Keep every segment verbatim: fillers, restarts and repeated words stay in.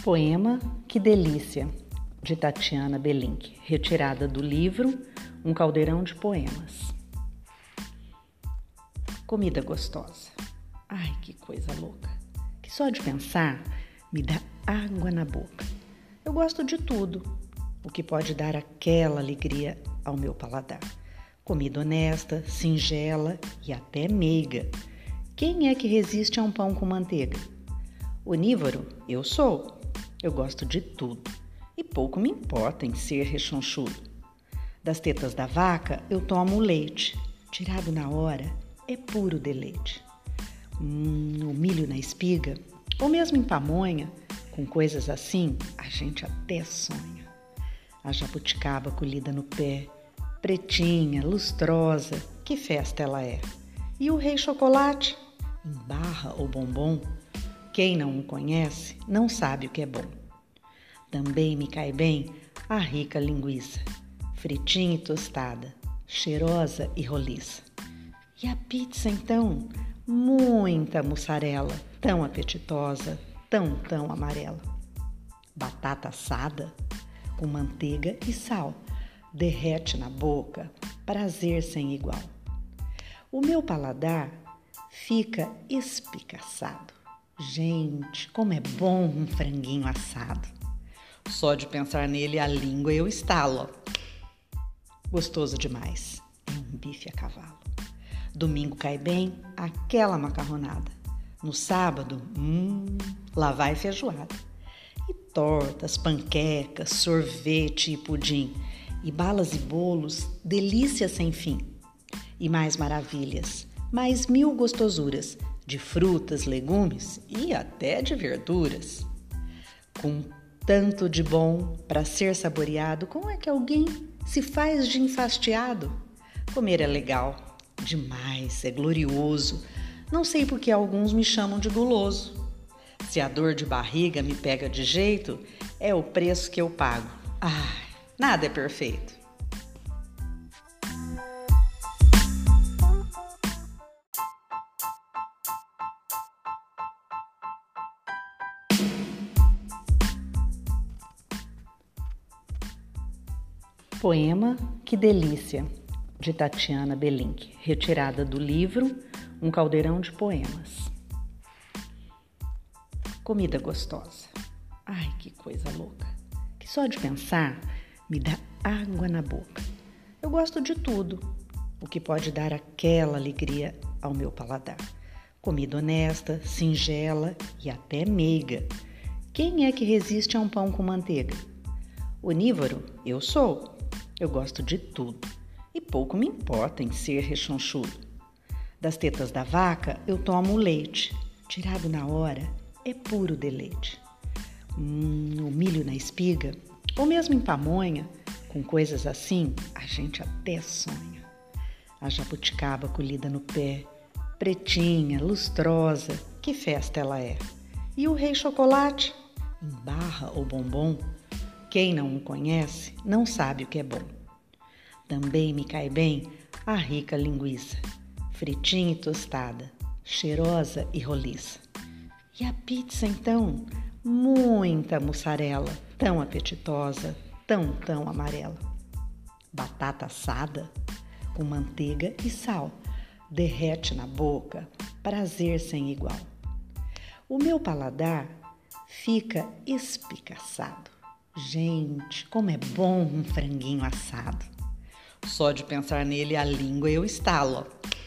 Poema Que Delícia, de Tatiana Belink, retirada do livro Um Caldeirão de Poemas. Comida gostosa. Ai, que coisa louca, que só de pensar me dá água na boca. Eu gosto de tudo, o que pode dar aquela alegria ao meu paladar. Comida honesta, singela e até meiga. Quem é que resiste a um pão com manteiga? Onívoro, eu sou. Eu gosto de tudo e pouco me importa em ser rechonchudo. Das tetas da vaca eu tomo leite, tirado na hora é puro deleite. Hum, o milho na espiga, ou mesmo em pamonha, com coisas assim a gente até sonha. A jabuticaba colhida no pé, pretinha, lustrosa, que festa ela é. E o rei chocolate, em barra ou bombom, quem não o conhece não sabe o que é bom. Também me cai bem a rica linguiça, fritinha e tostada, cheirosa e roliça. E a pizza então, muita mussarela, tão apetitosa, tão, tão amarela. Batata assada, com manteiga e sal, derrete na boca, prazer sem igual. O meu paladar fica espicaçado. Gente, como é bom um franguinho assado. Só de pensar nele a língua eu estalo. Gostoso demais, é um bife a cavalo. Domingo cai bem aquela macarronada. No sábado, hum, lá vai feijoada. E tortas, panquecas, sorvete e pudim. E balas e bolos, delícia sem fim. E mais maravilhas, mais mil gostosuras, de frutas, legumes e até de verduras. Com tanto de bom para ser saboreado, como é que alguém se faz de enfastiado? Comer é legal, demais, é glorioso. Não sei por que alguns me chamam de guloso. Se a dor de barriga me pega de jeito, é o preço que eu pago. Ai, nada é perfeito. Poema Que Delícia, de Tatiana Belink, retirada do livro Um Caldeirão de Poemas. Comida gostosa. Ai, que coisa louca, que só de pensar me dá água na boca. Eu gosto de tudo, o que pode dar aquela alegria ao meu paladar. Comida honesta, singela e até meiga. Quem é que resiste a um pão com manteiga? Onívoro, eu sou. Eu gosto de tudo e pouco me importa em ser rechonchudo. Das tetas da vaca eu tomo leite, tirado na hora é puro deleite. Hum, o milho na espiga, ou mesmo em pamonha, com coisas assim a gente até sonha. A jabuticaba colhida no pé, pretinha, lustrosa, que festa ela é. E o rei chocolate, em barra ou bombom, quem não o conhece não sabe o que é bom. Também me cai bem a rica linguiça, fritinha e tostada, cheirosa e roliça. E a pizza então, muita mussarela, tão apetitosa, tão, tão amarela. Batata assada, com manteiga e sal, derrete na boca, prazer sem igual. O meu paladar fica espicaçado. Gente, como é bom um franguinho assado. Só de pensar nele a língua eu estalo.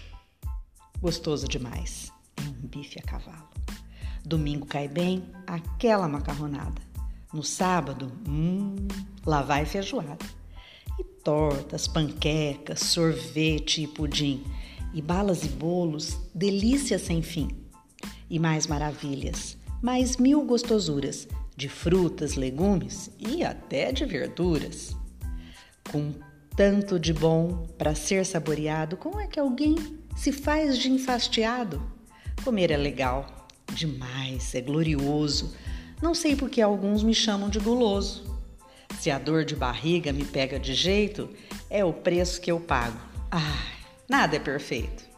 Gostoso demais, é um bife a cavalo. Domingo cai bem aquela macarronada. No sábado, hum, lá vai feijoada. E tortas, panquecas, sorvete e pudim. E balas e bolos, delícia sem fim. E mais maravilhas, mais mil gostosuras, de frutas, legumes e até de verduras. Com tanto de bom para ser saboreado, como é que alguém se faz de enfastiado? Comer é legal, demais, é glorioso. Não sei por que alguns me chamam de guloso. Se a dor de barriga me pega de jeito, é o preço que eu pago. Ai, nada é perfeito.